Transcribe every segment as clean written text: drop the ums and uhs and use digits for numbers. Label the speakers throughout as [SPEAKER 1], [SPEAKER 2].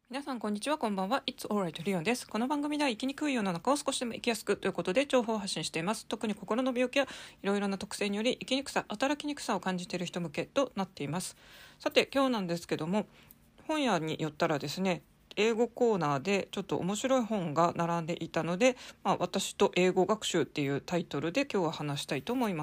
[SPEAKER 1] 皆さんこんにちは、こんばんは。It's alright リオンです。この番組では生きにくい世の中を少しでも生きやすくということで情報を発信しています。特に心の病気やいろいろな特性により生きにくさ、働きにくさを感じている人向けとなっています。さて今日なんですけども、本屋に寄ったらですね、英語コーナーでちょっと面白い本が並んでいたので、私と英語学習っていうタイトルで今日は話したいと思います。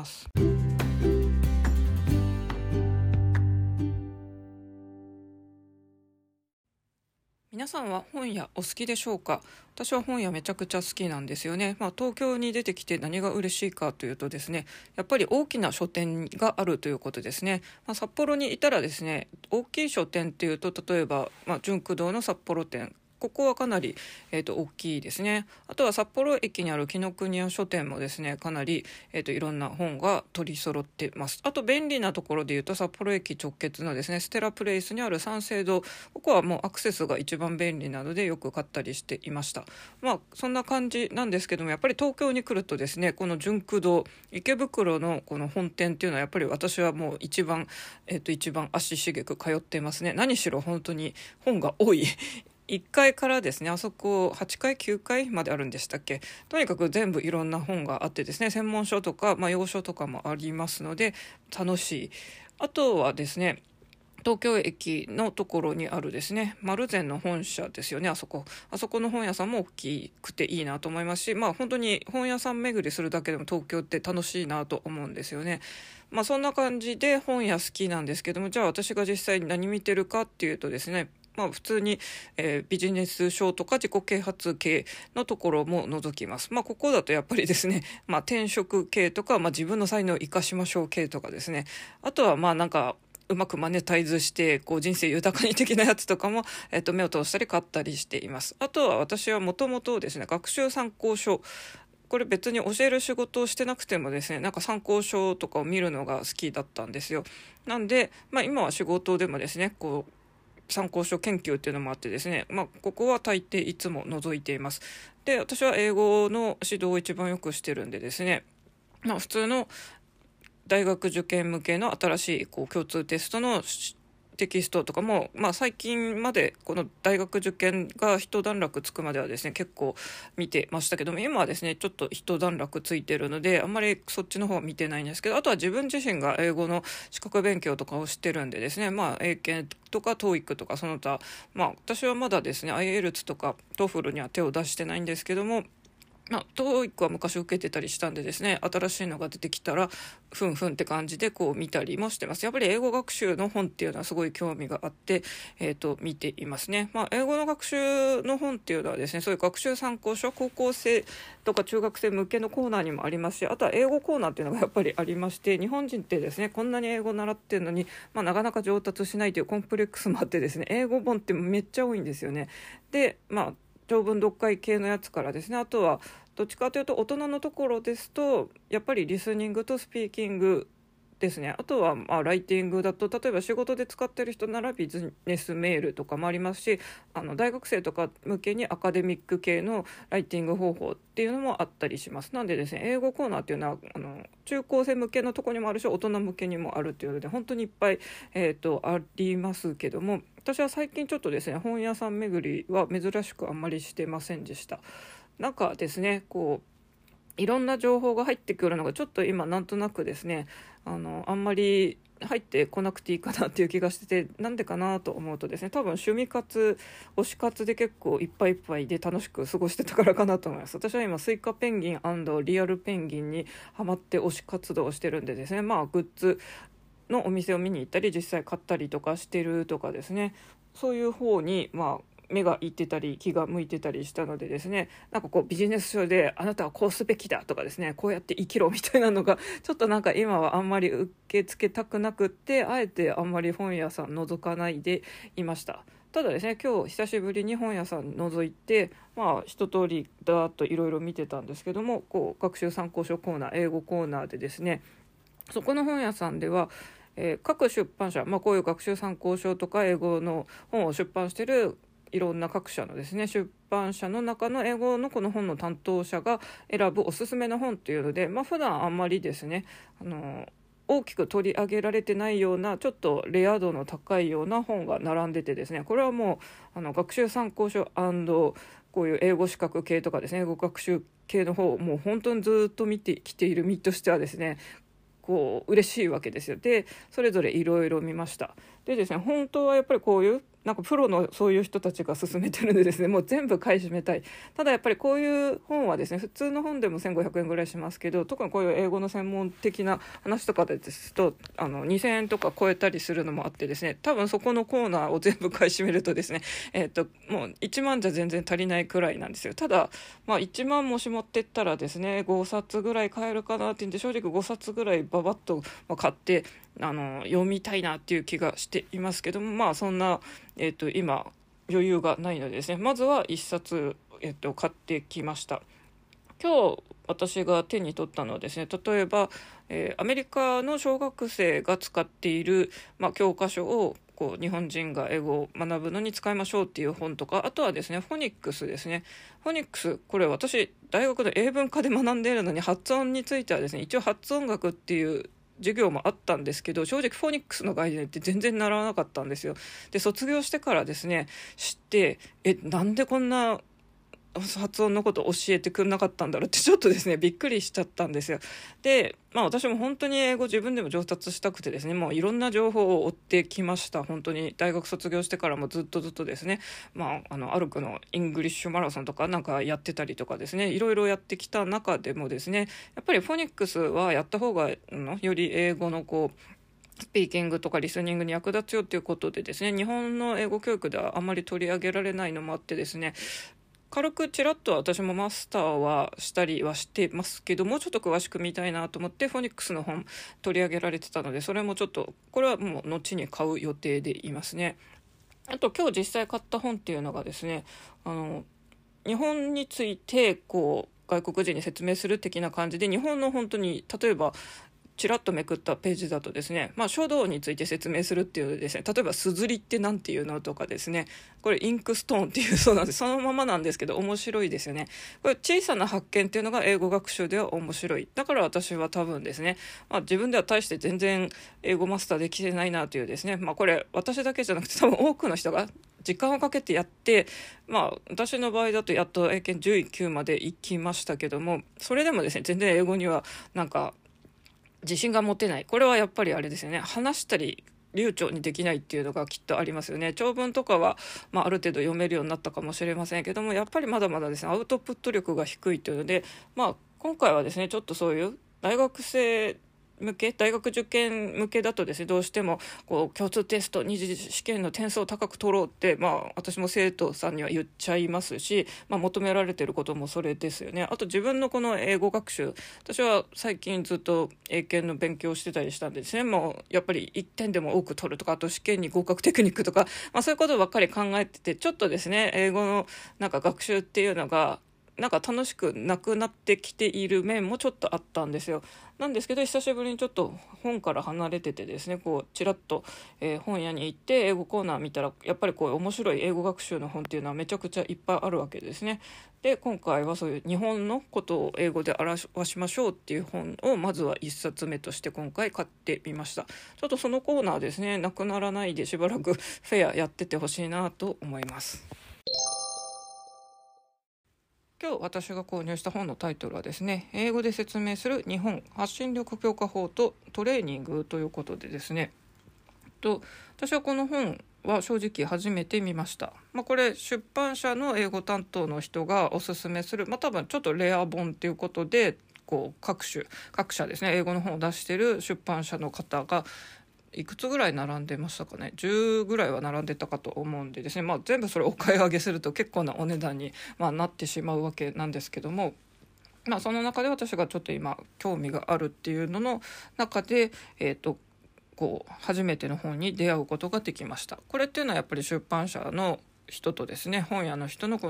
[SPEAKER 1] 皆さんは本屋お好きでしょうか？私は本屋めちゃくちゃ好きなんですよね。東京に出てきて何が嬉しいかというとですね、やっぱり大きな書店があるということですね。札幌にいたらですね、大きい書店っていうと例えば、純駆動の札幌店、ここはかなり、大きいですね。あとは札幌駅にある紀ノ国屋書店もですね、かなり、いろんな本が取り揃ってます。あと便利なところでいうと札幌駅直結のですね、ステラプレイスにある三省堂、ここはもうアクセスが一番便利なのでよく買ったりしていました。そんな感じなんですけども、やっぱり東京に来るとですね、この純駆動池袋のこの本店っていうのはやっぱり私はもう一番足しげく通ってますね。何しろ本当に本が多い1階からですね、あそこ8階9階まであるんでしたっけ。とにかく全部いろんな本があってですね、専門書とか、洋書とかもありますので楽しい。あとはですね、東京駅のところにあるですね、丸善の本社ですよね。あそこの本屋さんも大きくていいなと思いますし、本当に本屋さん巡りするだけでも東京って楽しいなと思うんですよね。そんな感じで本屋好きなんですけども、じゃあ私が実際に何見てるかっていうとですね、普通に、ビジネス書とか自己啓発系のところも覗きます。ここだとやっぱりですね、転職系とか、自分の才能を生かしましょう系とかですね、あとはなんかうまくマネタイズしてこう人生豊かに的なやつとかも、目を通したり買ったりしています。あとは私はもともとですね、学習参考書、これ別に教える仕事をしてなくてもですね、なんか参考書とかを見るのが好きだったんですよ。なんで、今は仕事でもですね、こう参考書研究っていうのもあってですね、ここは大抵いつも覗いています。で、私は英語の指導を一番よくしてるんでですね、普通の大学受験向けの新しい共通テストのテキストとかも、最近までこの大学受験が一段落つくまではですね、結構見てましたけども、今はですねちょっと一段落ついてるのであんまりそっちの方は見てないんですけど、あとは自分自身が英語の資格勉強とかをしてるんでですね、英検とか TOEIC とかその他、私はまだですね IELTS とか TOEFL には手を出してないんですけども、TOEIC は昔受けてたりしたんでですね、新しいのが出てきたらふんふんって感じで見たりもしてます。やっぱり英語学習の本っていうのはすごい興味があって、見ていますね。英語の学習の本っていうのはですね、そういう学習参考書、高校生とか中学生向けのコーナーにもありますし、あとは英語コーナーっていうのがやっぱりありまして、日本人ってですねこんなに英語習ってるのに、なかなか上達しないというコンプレックスもあってですね、英語本ってめっちゃ多いんですよね。で、長文読解系のやつからですね、あとはどっちかというと大人のところですとやっぱりリスニングとスピーキングですね。あとはライティングだと例えば仕事で使ってる人ならビジネスメールとかもありますし、大学生とか向けにアカデミック系のライティング方法っていうのもあったりします。なんでですね、英語コーナーっていうのは中高生向けのところにもあるし大人向けにもあるっていうので本当にいっぱい、ありますけども、私は最近ちょっとですね本屋さん巡りは珍しくあんまりしてませんでした。なんかですね、いろんな情報が入ってくるのがちょっと今なんとなくですね、あんまり入ってこなくていいかなっていう気がしてて、なんでかなと思うとですね、多分趣味活推し活で結構いっぱいいっぱいで楽しく過ごしてたからかなと思います。私は今スイカペンギン&リアルペンギンにハマって推し活動をしてるんでですね、グッズのお店を見に行ったり実際買ったりとかしてるとかですね、そういう方に目がいってたり気が向いてたりしたのでですね、なんかビジネス書であなたはこうすべきだとかですね、こうやって生きろみたいなのがちょっとなんか今はあんまり受け付けたくなくって、あえてあんまり本屋さん覗かないでいました。ただですね、今日久しぶりに本屋さん覗いて一通りだーっといろいろ見てたんですけども、学習参考書コーナー、英語コーナーでですね、そこの本屋さんでは各出版社、こういう学習参考書とか英語の本を出版しているいろんな各社のですね出版社の中の英語のこの本の担当者が選ぶおすすめの本っていうので、普段あんまりですね大きく取り上げられてないようなちょっとレア度の高いような本が並んでてですね、これはもう学習参考書こういう英語資格系とかですね、英語学習系の方もう本当にずっと見てきている身としてはですね、こう嬉しいわけですよ。でそれぞれいろいろ見ました。でですね、本当はやっぱりこういうなんかプロのそういう人たちが勧めてるんでですね、もう全部買い占めたい。ただやっぱりこういう本はですね、普通の本でも1500円ぐらいしますけど、特にこういう英語の専門的な話とかですと2000円とか超えたりするのもあってですね、多分そこのコーナーを全部買い占めるとですね、もう1万じゃ全然足りないくらいなんですよ。ただ、1万もし持ってったらですね、5冊ぐらい買えるかなっていうんで、正直5冊ぐらいババッと買って読みたいなっていう気がしていますけども、そんな、今余裕がないのでですね、まずは1冊、買ってきました。今日私が手に取ったのはですね、例えば、アメリカの小学生が使っている、教科書をこう日本人が英語を学ぶのに使いましょうっていう本とか、あとはですねフォニックスですね。フォニックス、これ私大学の英文科で学んでいるのに、発音についてはですね、一応発音学っていう授業もあったんですけど、正直フォニックスの概念って全然習わなかったんですよ。で卒業してからですね知って、なんでこんな発音のこと教えてくれなかったんだろうってちょっとですねびっくりしちゃったんですよ。で、私も本当に英語自分でも上達したくてですね、もういろんな情報を追ってきました。本当に大学卒業してからもずっとですね、アルクのイングリッシュマラソンとかなんかやってたりとかですね、いろいろやってきた中でもですね、やっぱりフォニックスはやった方がより英語のスピーキングとかリスニングに役立つよっていうことでですね、日本の英語教育ではあまり取り上げられないのもあってですね、軽くちらっと私もマスターはしたりはしてますけど、もうちょっと詳しく見たいなと思ってフォニックスの本取り上げられてたので、それもちょっとこれはもう後に買う予定でいますね。あと今日実際買った本っていうのがですね、日本について外国人に説明する的な感じで、日本の本当に例えばちらっとめくったページだとですね、書道について説明するっていうですね、例えばすずりってなんていうのとかですね、これインクストーンっていうそうなんです。そのままなんですけど面白いですよね。これ小さな発見っていうのが英語学習では面白い。だから私は多分ですね、自分では大して全然英語マスターできてないなというですね、これ私だけじゃなくて多分多くの人が時間をかけてやって、私の場合だとやっと英検11級まで行きましたけども、それでもですね全然英語にはなんか自信が持てない。これはやっぱりあれですよね、話したり流暢にできないっていうのがきっとありますよね。長文とかは、ある程度読めるようになったかもしれませんけども、やっぱりまだまだですねアウトプット力が低いというので、今回はですねちょっとそういう大学受験向けだとですね、どうしても共通テスト二次試験の点数を高く取ろうって、私も生徒さんには言っちゃいますし、求められていることもそれですよね。あと自分のこの英語学習、私は最近ずっと英検の勉強してたりしたんでですね、もうやっぱり1点でも多く取るとか、あと試験に合格テクニックとか、そういうことばっかり考えてて、ちょっとですね英語の学習っていうのが楽しくなくなってきている面もちょっとあったんですよ。なんですけど久しぶりにちょっと本から離れててですね、ちらっと、本屋に行って英語コーナー見たら、やっぱり面白い英語学習の本っていうのはめちゃくちゃいっぱいあるわけですね。で今回はそういう日本のことを英語で表しましょうっていう本をまずは1冊目として今回買ってみました。ちょっとそのコーナーですねなくならないでしばらくフェアやっててほしいなと思います。今日私が購入した本のタイトルはですね、英語で説明する日本発信力強化法とトレーニングということでですね、私はこの本は正直初めて見ました。これ出版社の英語担当の人がおすすめする、多分ちょっとレア本ということで各社ですね英語の本を出している出版社の方がいくつぐらい並んでましたかね、10ぐらいは並んでたかと思うんでですね、全部それお買い上げすると結構なお値段に、なってしまうわけなんですけども、その中で私がちょっと今興味があるっていうのの中で、初めての本に出会うことができました。これっていうのはやっぱり出版社の人とですね本屋の人の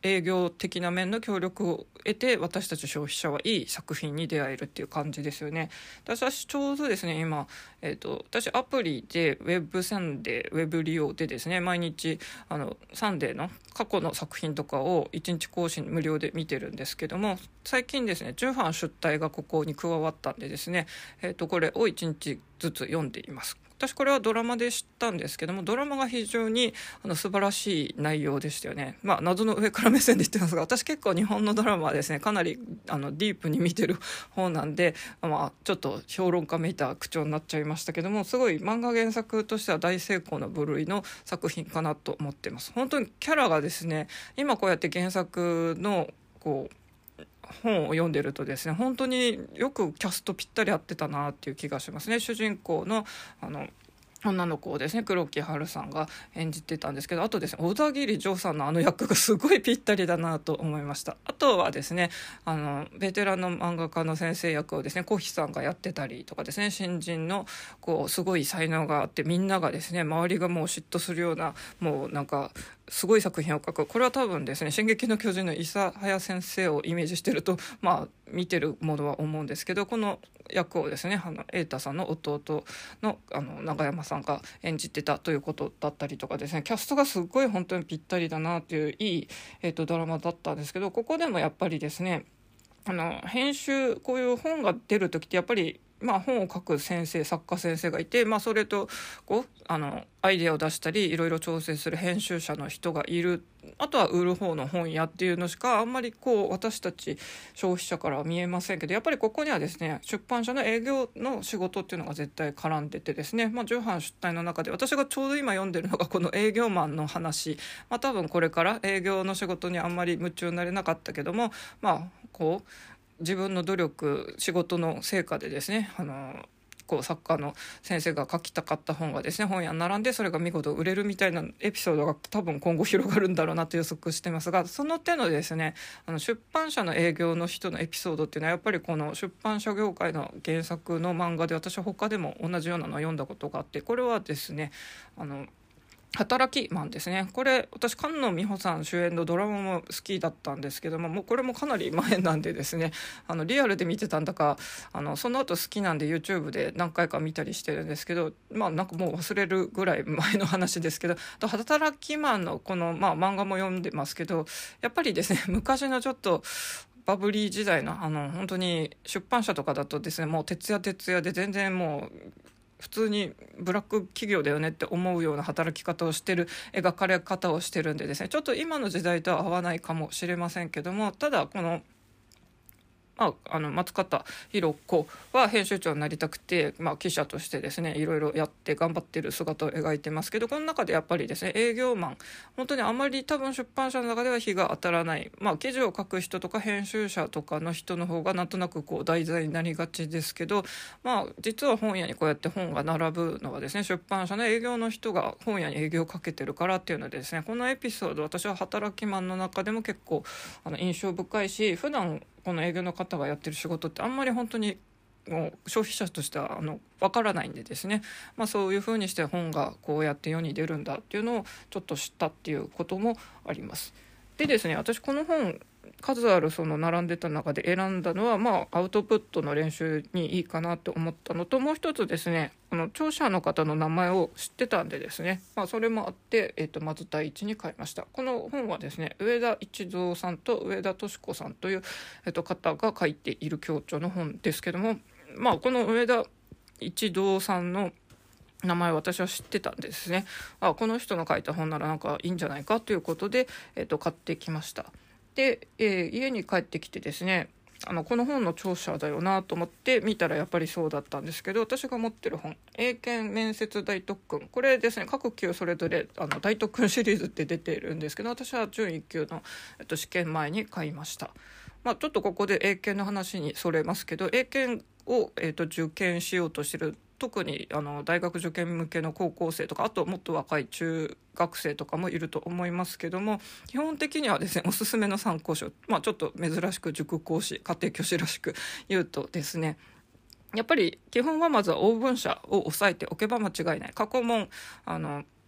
[SPEAKER 1] 営業的な面の協力を得て私たち消費者はいい作品に出会えるっていう感じですよね。私ちょうどですね今、私アプリでウェブサンデーウェブ利用でですね毎日サンデーの過去の作品とかを1日更新無料で見てるんですけども、最近ですね重版出題がここに加わったんでですね、これを1日ずつ読んでいます。私これはドラマで知ったんですけども、ドラマが非常に素晴らしい内容でしたよね。謎の上から目線で言ってますが、私結構日本のドラマはですねかなりディープに見てる方なんで、ちょっと評論家めいた口調になっちゃいましたけども、すごい漫画原作としては大成功の部類の作品かなと思っています。本当にキャラがですね今こうやって原作の本を読んでるとですね本当によくキャストぴったり合ってたなっていう気がしますね。主人公の女の子をですね黒木華さんが演じてたんですけど、あとですね小田切丈さんの役がすごいぴったりだなと思いました。あとはですねベテランの漫画家の先生役をですね小日さんがやってたりとかですね、新人のすごい才能があってみんながですね周りがもう嫉妬するようなもうなんかすごい作品を書く、これは多分ですね進撃の巨人の諫早先生をイメージしてると見てるものは思うんですけど、この役をですね瑛太さんの弟の永山さんが演じてたということだったりとかですね、キャストがすごい本当にぴったりだなといういい、ドラマだったんですけど、ここでもやっぱりですね編集こういう本が出る時ってやっぱり本を書く先生作家先生がいて、それとアイデアを出したりいろいろ調整する編集者の人がいる、あとは売る方の本屋っていうのしかあんまり私たち消費者からは見えませんけど、やっぱりここにはですね出版社の営業の仕事っていうのが絶対絡んでてですね、重版出題の中で私がちょうど今読んでるのがこの営業マンの話、多分これから営業の仕事にあんまり夢中になれなかったけども自分の努力仕事の成果でですね作家の先生が書きたかった本がですね本屋に並んでそれが見事売れるみたいなエピソードが多分今後広がるんだろうなと予測してますが、その手のですね出版社の営業の人のエピソードっていうのはやっぱりこの出版社業界の原作の漫画で私は他でも同じようなのを読んだことがあって、これはですね働きマンですね。これ私菅野美穂さん主演のドラマも好きだったんですけども、もうこれもかなり前なんでですねリアルで見てたんだかその後好きなんで YouTube で何回か見たりしてるんですけど、なんかもう忘れるぐらい前の話ですけど、働きマンのこの、漫画も読んでますけど、やっぱりですね昔のちょっとバブリー時代の本当に出版社とかだとですねもう徹夜で全然もう普通にブラック企業だよねって思うような働き方をしてる描かれ方をしてるんでですねちょっと今の時代とは合わないかもしれませんけども、ただこの松方弘子は編集長になりたくて、記者としてですねいろいろやって頑張ってる姿を描いてますけど、この中でやっぱりですね営業マン本当にあまり多分出版社の中では日が当たらない、記事を書く人とか編集者とかの人の方がなんとなく題材になりがちですけど、実は本屋にこうやって本が並ぶのはですね出版社の営業の人が本屋に営業をかけてるからっていうのでですね、このエピソード私は働きマンの中でも結構印象深いし、普段この営業の方がやってる仕事ってあんまり本当にもう消費者としてはわからないんでですね、そういうふうにして本がこうやって世に出るんだっていうのをちょっと知ったっていうこともあります。でですね私この本数ある並んでた中で選んだのは、アウトプットの練習にいいかなと思ったのと、もう一つですね著者の方の名前を知ってたんでですね、それもあって、まず第一に買いました。この本はですね上田一三さんと上田敏子さんという、方が書いている共著の本ですけども、この上田一三さんの名前を私は知ってたんですね。この人の書いた本ならなんかいいんじゃないかということで、買ってきました。で、家に帰ってきてですねこの本の著者だよなと思って見たらやっぱりそうだったんですけど、私が持ってる本英検面接大特訓、これですね各級それぞれ大特訓シリーズって出てるんですけど、私は準1級の、試験前に買いました。ちょっとここで英検の話にそれますけど、英検を、受験しようとしてる特に大学受験向けの高校生とか、あともっと若い中学生とかもいると思いますけども、基本的にはですねおすすめの参考書、ちょっと珍しく塾講師家庭教師らしく言うとですね、やっぱり基本はまずは応文者を押さえておけば間違いない。過去問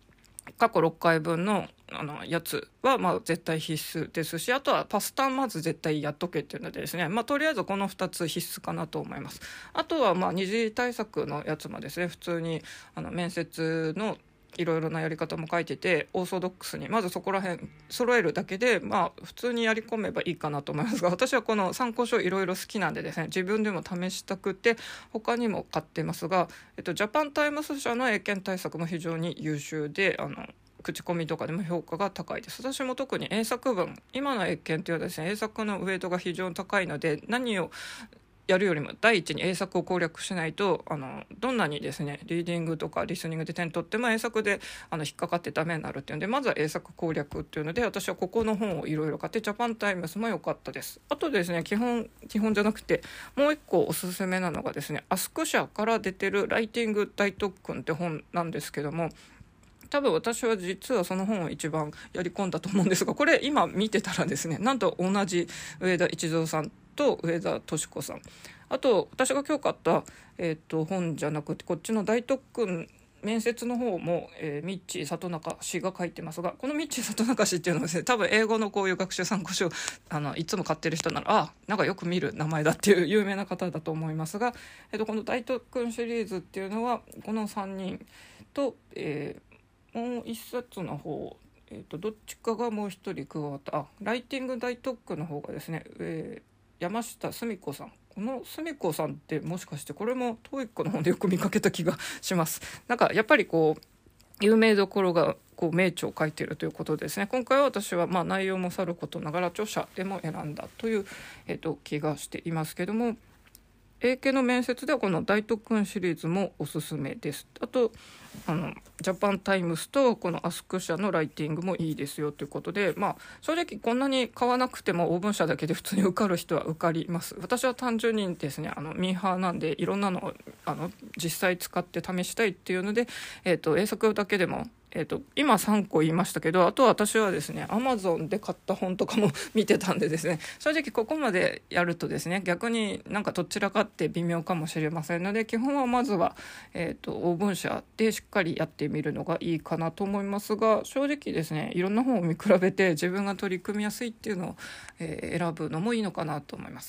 [SPEAKER 1] 過去6回分のやつは絶対必須ですし、あとはパスタンまず絶対やっとけっていうのでですね、とりあえずこの2つ必須かなと思います。あとは二次対策のやつもですね、普通に面接のいろいろなやり方も書いてて、オーソドックスにまずそこら辺揃えるだけで普通にやり込めばいいかなと思いますが、私はこの参考書いろいろ好きなんでですね、自分でも試したくて他にも買ってますが、ジャパンタイムス社の英検対策も非常に優秀で、口コミとかでも評価が高いです。私も特に英作文、今の英検というのはですね、英作のウェイトが非常に高いので、何をやるよりも第一に英作を攻略しないと、どんなにですねリーディングとかリスニングで点取っても英作で引っかかってダメになるっていうので、まずは英作攻略っていうので、私はここの本をいろいろ買って、ジャパンタイムスも良かったです。あとですね、基本じゃなくてもう一個おすすめなのがですね、アスク社から出てるライティング大特訓って本なんですけども、多分私は実はその本を一番やり込んだと思うんですが、これ今見てたらですね、なんと同じ上田一蔵さんと上田敏子さん、あと私が今日買った、本じゃなくてこっちの大特訓面接の方も、ミッチー里中氏が書いてますが、このミッチー里中氏っていうのはですね、多分英語のこういう学習参考書いつも買ってる人ならなんかよく見る名前だっていう有名な方だと思いますが、この大特訓シリーズっていうのはこの3人と、もう一冊の方、どっちかがもう一人加わったライティング大特訓の方がですね、山下澄子さん、この澄子さんってもしかしてこれも TOEIC の本でよく見かけた気がします。なんかやっぱりこう有名どころがこう名著を書いているということですね。今回は私は内容もさることながら著者でも選んだという、気がしていますけども、英検の面接ではこの大特訓シリーズもおすすめです。あとジャパンタイムスとこのアスク社のライティングもいいですよということで、正直こんなに買わなくても応募者だけで普通に受かる人は受かります。私は単純にですねミーハーなんでいろんなのを実際使って試したいっていうので、英作だけでも今3個言いましたけど、あとは私はですね Amazon で買った本とかも見てたんでですね、正直ここまでやるとですね逆になんかどちらかって微妙かもしれませんので、基本はまずは、応募者でしっかりやってみるのがいいかなと思いますが、正直ですねいろんな本を見比べて自分が取り組みやすいっていうのを、選ぶのもいいのかなと思います。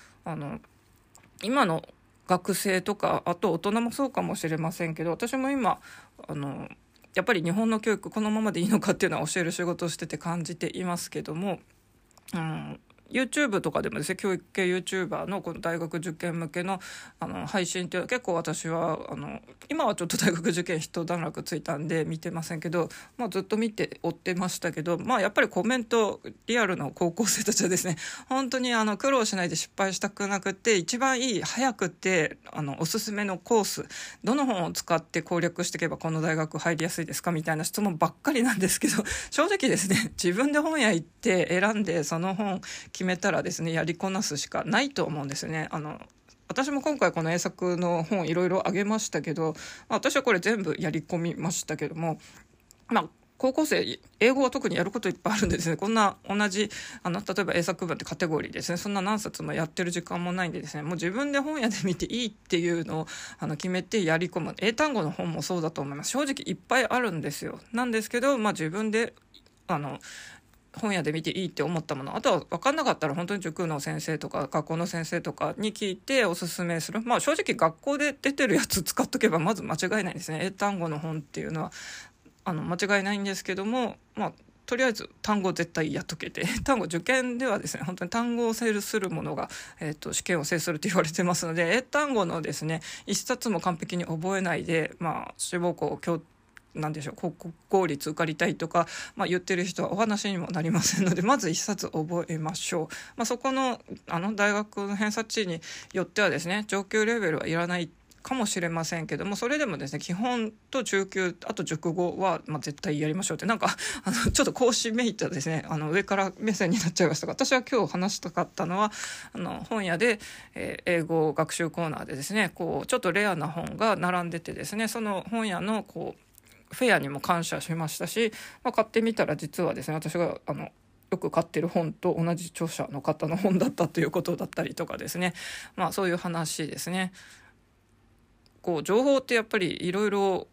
[SPEAKER 1] 今の学生とかあと大人もそうかもしれませんけど、私も今やっぱり日本の教育このままでいいのかっていうのは教える仕事をしてて感じていますけども、YouTube とかでもですね、教育系 YouTuber のこの大学受験向けの配信っていうのは結構私は今はちょっと大学受験一段落ついたんで見てませんけど、ずっと見て追ってましたけど、やっぱりコメントリアルの高校生たちはですね、本当に苦労しないで失敗したくなくて、一番いい早くておすすめのコース、どの本を使って攻略していけばこの大学入りやすいですかみたいな質問ばっかりなんですけど、正直ですね自分で本屋行って選んでその本決めたらですねやりこなすしかないと思うんですね。私も今回この英作の本いろいろあげましたけど、私はこれ全部やり込みましたけども、高校生英語は特にやることいっぱいあるんでですね、こんな同じ例えば英作文ってカテゴリーですね、そんな何冊もやってる時間もないんでですね、もう自分で本屋で見ていいっていうのを決めてやり込む。英単語の本もそうだと思います。正直いっぱいあるんですよ。なんですけど、自分で本屋で見ていいって思ったもの、あとは分かんなかったら本当に塾の先生とか学校の先生とかに聞いておすすめする。正直学校で出てるやつ使っとけばまず間違いないですね。英単語の本っていうのは間違いないんですけども、とりあえず単語絶対やっとけて、単語受験ではですね本当に単語を制するものが、試験を制すると言われてますので、英単語のですね一冊も完璧に覚えないで、志望校なんでしょう、国公立受かりたいとか、言ってる人はお話にもなりませんので、まず一冊覚えましょう。そこの大学の偏差値によってはですね上級レベルはいらないかもしれませんけども、それでもですね基本と中級あと熟語は絶対やりましょうって、なんかちょっと講師めいたですね上から目線になっちゃいましたが、私は今日話したかったのは本屋で、英語学習コーナーでですねこうちょっとレアな本が並んでてですね、その本屋のこうフェアにも感謝しましたし、買ってみたら実はですね私がよく買ってる本と同じ著者の方の本だったということだったりとかですね、そういう話ですね。こう情報ってやっぱりいろいろ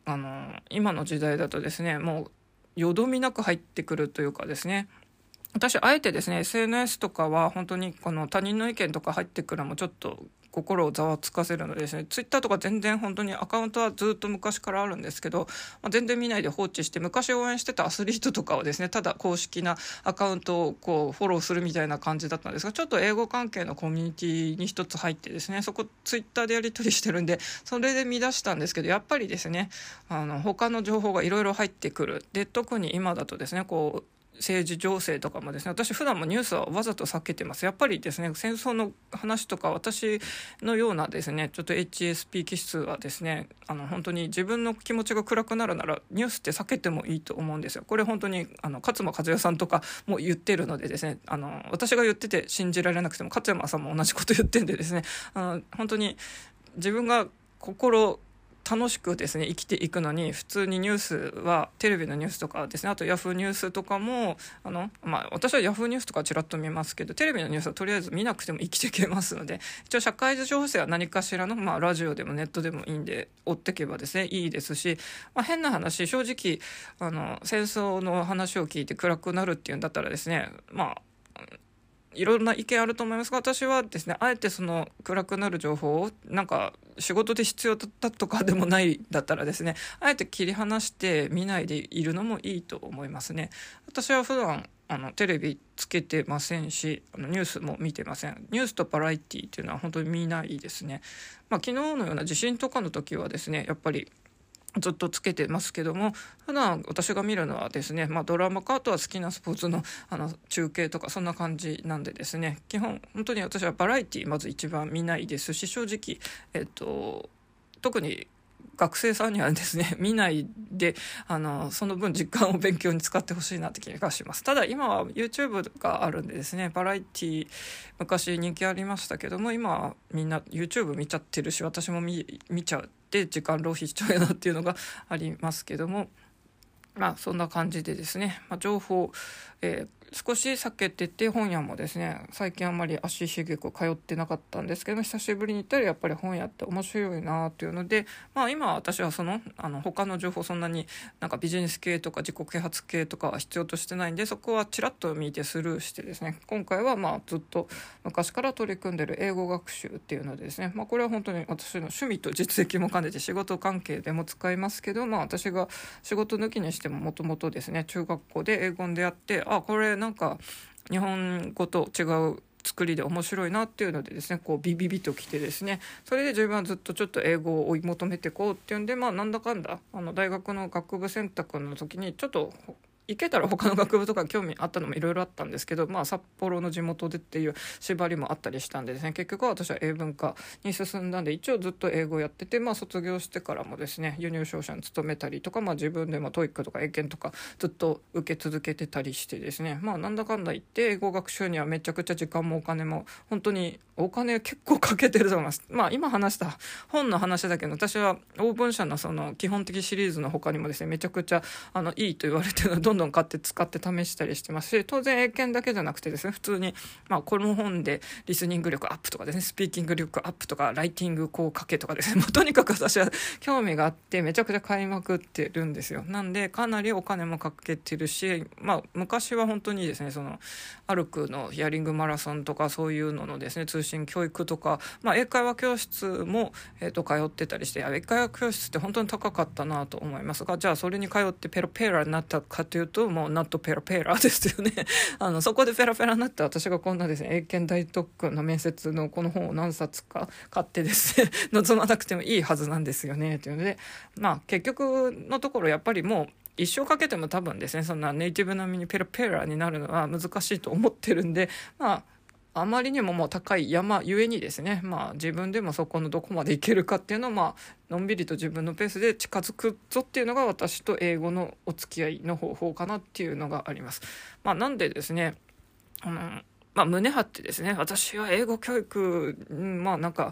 [SPEAKER 1] 今の時代だとですね、もうよどみなく入ってくるというかですね、私あえてですね SNS とかは本当にこの他人の意見とか入ってくるのもちょっと心をざわつかせるのでですね、ツイッターとか全然本当にアカウントはずっと昔からあるんですけど、全然見ないで放置して、昔応援してたアスリートとかをですね、ただ公式なアカウントをこうフォローするみたいな感じだったんですが、ちょっと英語関係のコミュニティに一つ入ってですね、そこツイッターでやり取りしてるんで、それで見出したんですけど、やっぱりですね、他の情報がいろいろ入ってくる。で、特に今だとですね、こう政治情勢とかもですね、私普段もニュースはわざと避けてます。やっぱりですね、戦争の話とか、私のようなですねちょっと HSP 気質はですね、本当に自分の気持ちが暗くなるならニュースって避けてもいいと思うんですよ。これ本当に勝間和代さんとかも言ってるのでですね、私が言ってて信じられなくても勝間さんも同じこと言ってるんでですね、本当に自分が楽しくですね生きていくのに、普通にニュースはテレビのニュースとかですね、あとヤフーニュースとかも私はヤフーニュースとかちらっと見ますけど、テレビのニュースはとりあえず見なくても生きていけますので、一応社会情勢は何かしらの、ラジオでもネットでもいいんで追っていけばですねいいですし、変な話、正直戦争の話を聞いて暗くなるっていうんだったらですね、いろんな意見あると思いますが、私はですねあえてその暗くなる情報をなんか仕事で必要だったとかでもないだったらですね、あえて切り離して見ないでいるのもいいと思いますね。私は普段テレビつけてませんし、ニュースも見てません。ニュースとバラエティっていうのは本当に見ないですね。昨日のような地震とかの時はですね、やっぱりずっとつけてますけども、普段私が見るのはですね、ドラマか、あとは好きなスポーツの中継とかそんな感じなんでですね、基本本当に私はバラエティまず一番見ないですし、正直特に学生さんにはですね見ないでその分時間を勉強に使ってほしいなって気がします。ただ今は YouTube があるんでですね、バラエティ昔人気ありましたけども、今はみんな YouTube 見ちゃってるし、私も見ちゃって時間浪費しちゃうよなっていうのがありますけども、そんな感じでですね、情報、少し避けてて、本屋もですね最近あんまり足しげく通ってなかったんですけど、久しぶりに行ったらやっぱり本屋って面白いなっていうので、今私は他の情報そんなになんかビジネス系とか自己啓発系とかは必要としてないんで、そこはちらっと見てスルーしてですね、今回はずっと昔から取り組んでる英語学習っていうのでですね、これは本当に私の趣味と実績も兼ねて仕事関係でも使いますけど、私が仕事抜きにしてももともとですね中学校で英語に出会って、これなんか日本語と違う作りで面白いなっていうのでですね、こうビビビときてですね、それで自分はずっとちょっと英語を追い求めていこうっていうんで、なんだかんだ大学の学部選択の時にちょっと行けたら他の学部とか興味あったのもいろいろあったんですけど、札幌の地元でっていう縛りもあったりしたんでですね、結局は私は英文科に進んだんで、一応ずっと英語やってて、卒業してからもですね輸入商社に勤めたりとか、自分でもトイックとか英検とかずっと受け続けてたりしてですね、なんだかんだ言って英語学習にはめちゃくちゃ時間もお金も本当にお金結構かけてると思います。今話した本の話だけど、私はオーブン社のその基本的シリーズの他にもですねめちゃくちゃいいと言われてるのどんどん買って使って試したりしてますし、当然英検だけじゃなくてですね、普通にこの本でリスニング力アップとかですね、スピーキング力アップとかライティングこう書けとかですね、とにかく私は興味があってめちゃくちゃ買いまくってるんですよ。なんでかなりお金もかけてるし、昔は本当にですね歩くのヒアリングマラソンとかそういうののですね通信教育とか、英会話教室も、通ってたりして、英会話教室って本当に高かったなと思いますが、じゃあそれに通ってペロペラになったかというと、もうナットペラペラですよねそこでペラペラになって私がこんなですね英検大特訓の面接のこの本を何冊か買ってですね望まなくてもいいはずなんですよねというので、結局のところやっぱりもう一生かけても多分ですねそんなネイティブ並みにペラペラになるのは難しいと思ってるんで、あまりにももう高い山ゆえにですね、自分でもそこのどこまでいけるかっていうのをのんびりと自分のペースで近づくぞっていうのが私と英語のお付き合いの方法かなっていうのがあります。なんでですね胸張ってですね、私は英語教育なんか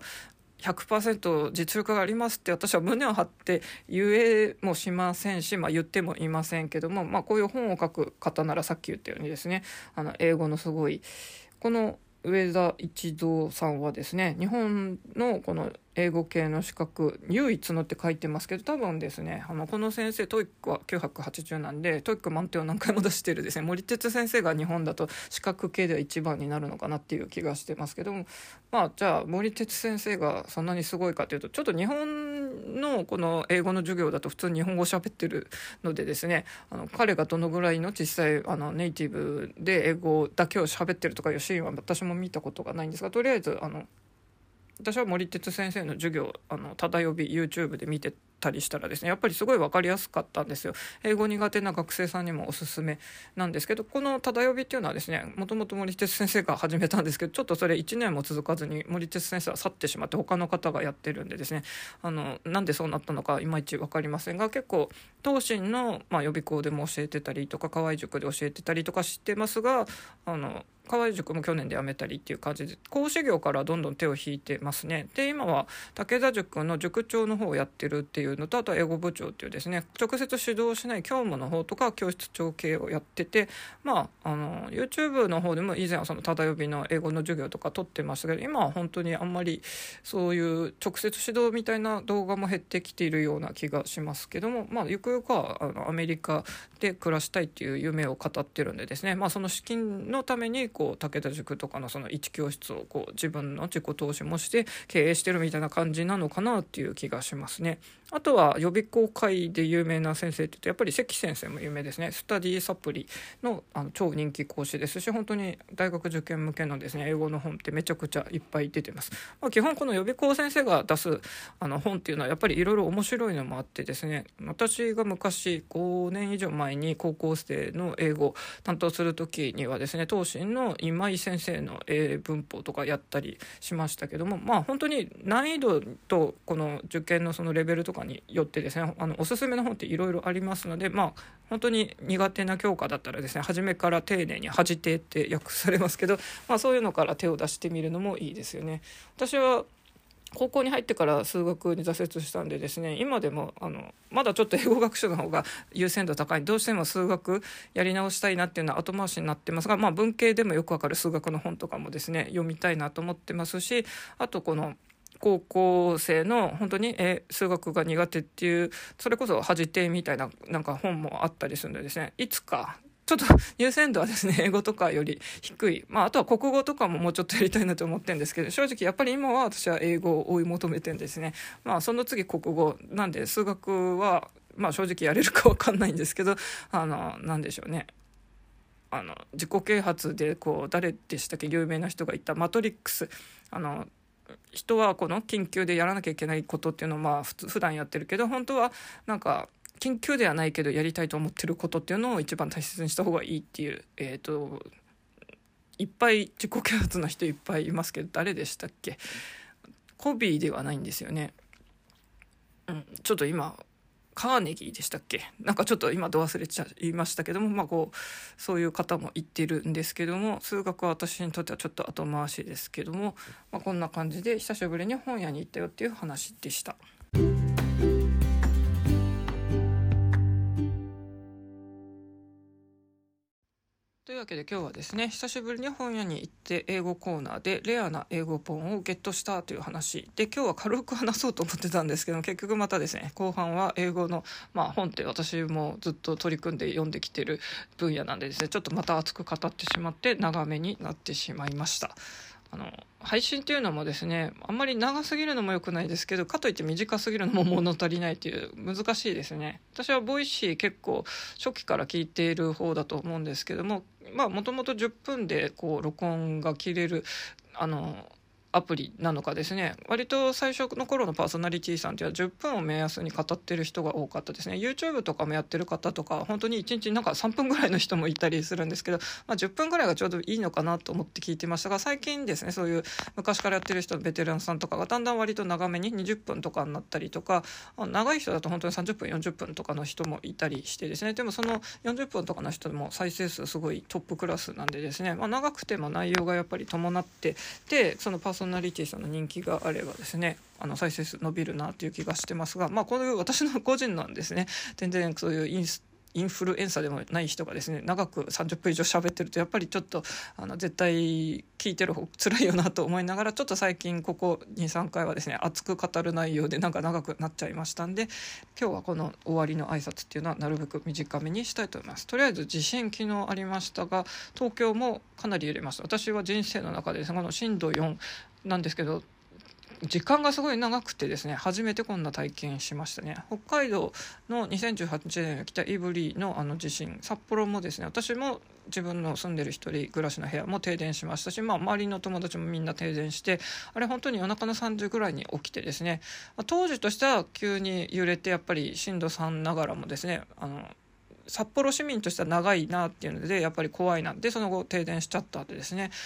[SPEAKER 1] 100% 実力がありますって私は胸を張って言えもしませんし、言ってもいませんけども、こういう本を書く方ならさっき言ったようにですね英語のすごいこの上田一郎さんはですね、日本のこの英語系の資格唯一のって書いてますけど、多分ですねこの先生トイックは980なんで、トイック満点を何回も出してるですね森哲先生が日本だと資格系では一番になるのかなっていう気がしてますけども、じゃあ森哲先生がそんなにすごいかというと、ちょっと日本のこの英語の授業だと普通に日本語喋ってるのでですね、彼がどのぐらいの実際ネイティブで英語だけを喋ってるとかいうシーンは私も見たことがないんですが、とりあえず私は森哲先生の授業ただ呼び YouTube で見てたりしたらですね、やっぱりすごい分かりやすかったんですよ。英語苦手な学生さんにもおすすめなんですけど、このただ呼びっていうのはですね、もともと森哲先生が始めたんですけど、ちょっとそれ1年も続かずに森哲先生は去ってしまって他の方がやってるんでですね、なんでそうなったのかいまいち分かりませんが、結構東進の、予備校でも教えてたりとか河合塾で教えてたりとかしてますが、河合塾も去年で辞めたりっていう感じで講師業からどんどん手を引いてますね。で今は武田塾の塾長の方をやってるっていうのと、あとは英語部長っていうですね、直接指導しない教務の方とか教室長系をやってて、YouTube の方でも以前はそのただ呼びの英語の授業とか撮ってましたけど、今は本当にあんまりそういう直接指導みたいな動画も減ってきているような気がしますけども、ゆくゆくはアメリカで暮らしたいっていう夢を語ってるんでですね、その資金のために武田塾とかのその一教室を自分の自己投資もして経営してるみたいな感じなのかなっていう気がしますね。あとは予備校界で有名な先生って言うとやっぱり関先生も有名ですね。スタディサプリの超人気講師ですし、本当に大学受験向けのですね英語の本ってめちゃくちゃいっぱい出てます。基本この予備校先生が出す本っていうのはやっぱりいろいろ面白いのもあってですね、私が昔5年以上前に高校生の英語を担当する時にはですね、東進の今井先生の文法とかやったりしましたけども、本当に難易度とこの受験のそのレベルとかによってですね、おすすめの本っていろいろありますので、本当に苦手な教科だったらですね、初めから丁寧に恥定って訳されますけど、そういうのから手を出してみるのもいいですよね。私は高校に入ってから数学に挫折したんでですね、今でもまだちょっと英語学習の方が優先度高い、どうしても数学やり直したいなっていうのは後回しになってますが、文系でもよくわかる数学の本とかもですね読みたいなと思ってますし、あとこの高校生の本当に数学が苦手っていう、それこそ恥定みたいな本もあったりするのでですね、いつかちょっと優先度はですね英語とかより低い、あとは国語とかももうちょっとやりたいなと思ってるんですけど、正直やっぱり今は私は英語を追い求めてるんですね。その次国語なんで、数学は正直やれるか分かんないんですけど、なんでしょうね、自己啓発で誰でしたっけ、有名な人が言ったマトリックス、人はこの緊急でやらなきゃいけないことっていうのを普段やってるけど、本当は緊急ではないけどやりたいと思ってることっていうのを一番大切にした方がいいっていう、いっぱい自己啓発の人いっぱいいますけど、誰でしたっけ、コビーではないんですよね。ちょっと今カーネギーでしたっけ、ちょっと今ど忘れちゃいましたけども、そういう方も言ってるんですけども、数学は私にとってはちょっと後回しですけども、こんな感じで久しぶりに本屋に行ったよっていう話でした。というわけで今日はですね、久しぶりに本屋に行って英語コーナーでレアな英語本をゲットしたという話で、今日は軽く話そうと思ってたんですけど、結局またですね、後半は英語の、本って私もずっと取り組んで読んできてる分野なんでですね、ちょっとまた熱く語ってしまって長めになってしまいました。配信っていうのもですね、あんまり長すぎるのも良くないですけど、かといって短すぎるのも物足りないっていう難しいですね。私はボイシー結構初期から聞いている方だと思うんですけども、もともと10分で録音が切れるアプリなのかですね、割と最初の頃のパーソナリティさんっていうのは10分を目安に語ってる人が多かったですね。 YouTube とかもやってる方とか本当に1日3分ぐらいの人もいたりするんですけど、10分ぐらいがちょうどいいのかなと思って聞いてましたが、最近ですね、そういう昔からやってる人のベテランさんとかがだんだん割と長めに20分とかになったりとか、長い人だと本当に30分40分とかの人もいたりしてですね、でもその40分とかの人でも再生数すごいトップクラスなんでですね、長くても内容がやっぱり伴ってで、そのパーソナリティさんの人気があればですね、再生数伸びるなという気がしてますが、こういう私の個人なんですね。全然そういうインスインフルエンサーでもない人がですね長く30分以上喋ってるとやっぱりちょっと絶対聞いてる方辛いよなと思いながら、ちょっと最近ここ 2,3 回はですね熱く語る内容でなんか長くなっちゃいましたんで、今日はこの終わりの挨拶っていうのはなるべく短めにしたいと思います。とりあえず地震昨日ありましたが、東京もかなり揺れました。私は人生の中でですね、この震度4なんですけど、時間がすごい長くてですね、初めてこんな体験しましたね。北海道の2018年に来た胆振の地震、札幌もですね、私も自分の住んでる一人暮らしの部屋も停電しましたし、周りの友達もみんな停電して、あれ本当に夜中の3時ぐらいに起きてですね、当時としては急に揺れて、やっぱり震度3ながらもですね、札幌市民としては長いなっていうのでやっぱり怖いなで、その後停電しちゃった後ですね、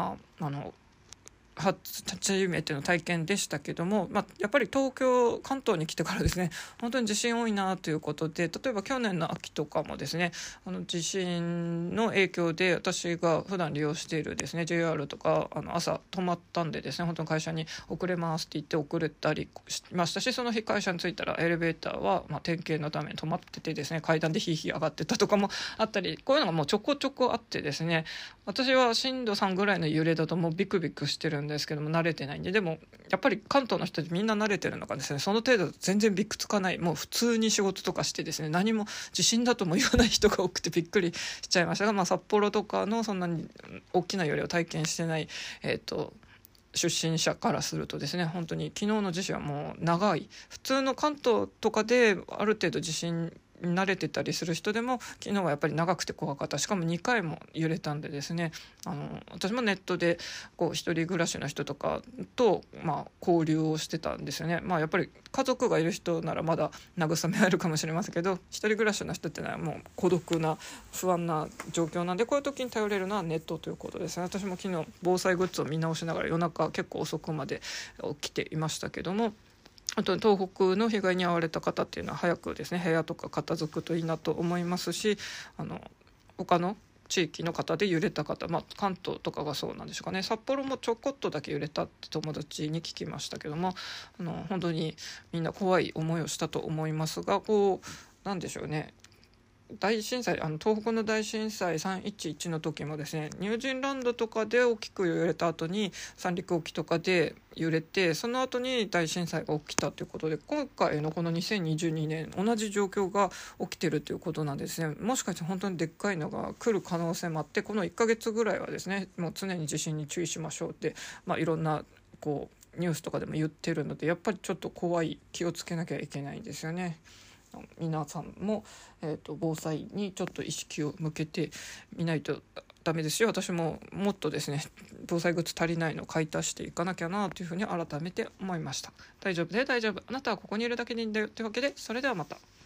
[SPEAKER 1] 初めての体験でしたけども、やっぱり東京関東に来てからですね、本当に地震多いなということで、例えば去年の秋とかもですね、地震の影響で私が普段利用しているですね JR とか朝止まったんでですね、本当に会社に遅れますって言って遅れたりしましたし、その日会社に着いたらエレベーターは点検のために止まっててですね、階段でヒーヒー上がってたとかもあったり、こういうのがもうちょこちょこあってですね、私は震度3ぐらいの揺れだともうビクビクしてるんですけども慣れてないんで、でもやっぱり関東の人みんな慣れてるのかですね、その程度全然びくつかない、もう普通に仕事とかしてですね、何も地震だとも言わない人が多くてびっくりしちゃいましたが、札幌とかのそんなに大きな揺れを体験してない出身者からするとですね、本当に昨日の地震はもう長い、普通の関東とかである程度地震慣れてたりする人でも昨日はやっぱり長くて怖かった。しかも2回も揺れたんでですね、私もネットで一人暮らしの人とかと交流をしてたんですよね。やっぱり家族がいる人ならまだ慰め合えるかもしれませんけど、一人暮らしの人ってのはもう孤独な不安な状況なんで、こういう時に頼れるのはネットということですね。私も昨日防災グッズを見直しながら夜中結構遅くまで起きていましたけども、あと東北の被害に遭われた方っていうのは早くですね部屋とか片付くといいなと思いますし、他の地域の方で揺れた方、関東とかがそうなんでしょうかね。札幌もちょこっとだけ揺れたって友達に聞きましたけども、本当にみんな怖い思いをしたと思いますが、なんでしょうね、大震災東北の大震災311の時もですね、ニュージーランドとかで大きく揺れた後に三陸沖とかで揺れて、その後に大震災が起きたということで、今回のこの2022年同じ状況が起きてるということなんですね。もしかして本当にでっかいのが来る可能性もあって、この1ヶ月ぐらいはですねもう常に地震に注意しましょうって、いろんなニュースとかでも言ってるので、やっぱりちょっと怖い、気をつけなきゃいけないんですよね。皆さんも、防災にちょっと意識を向けてみないとダメですし、私ももっとですね防災グッズ足りないのを買い足していかなきゃなというふうに改めて思いました。大丈夫、あなたはここにいるだけでいいんだよというわけで、それではまた。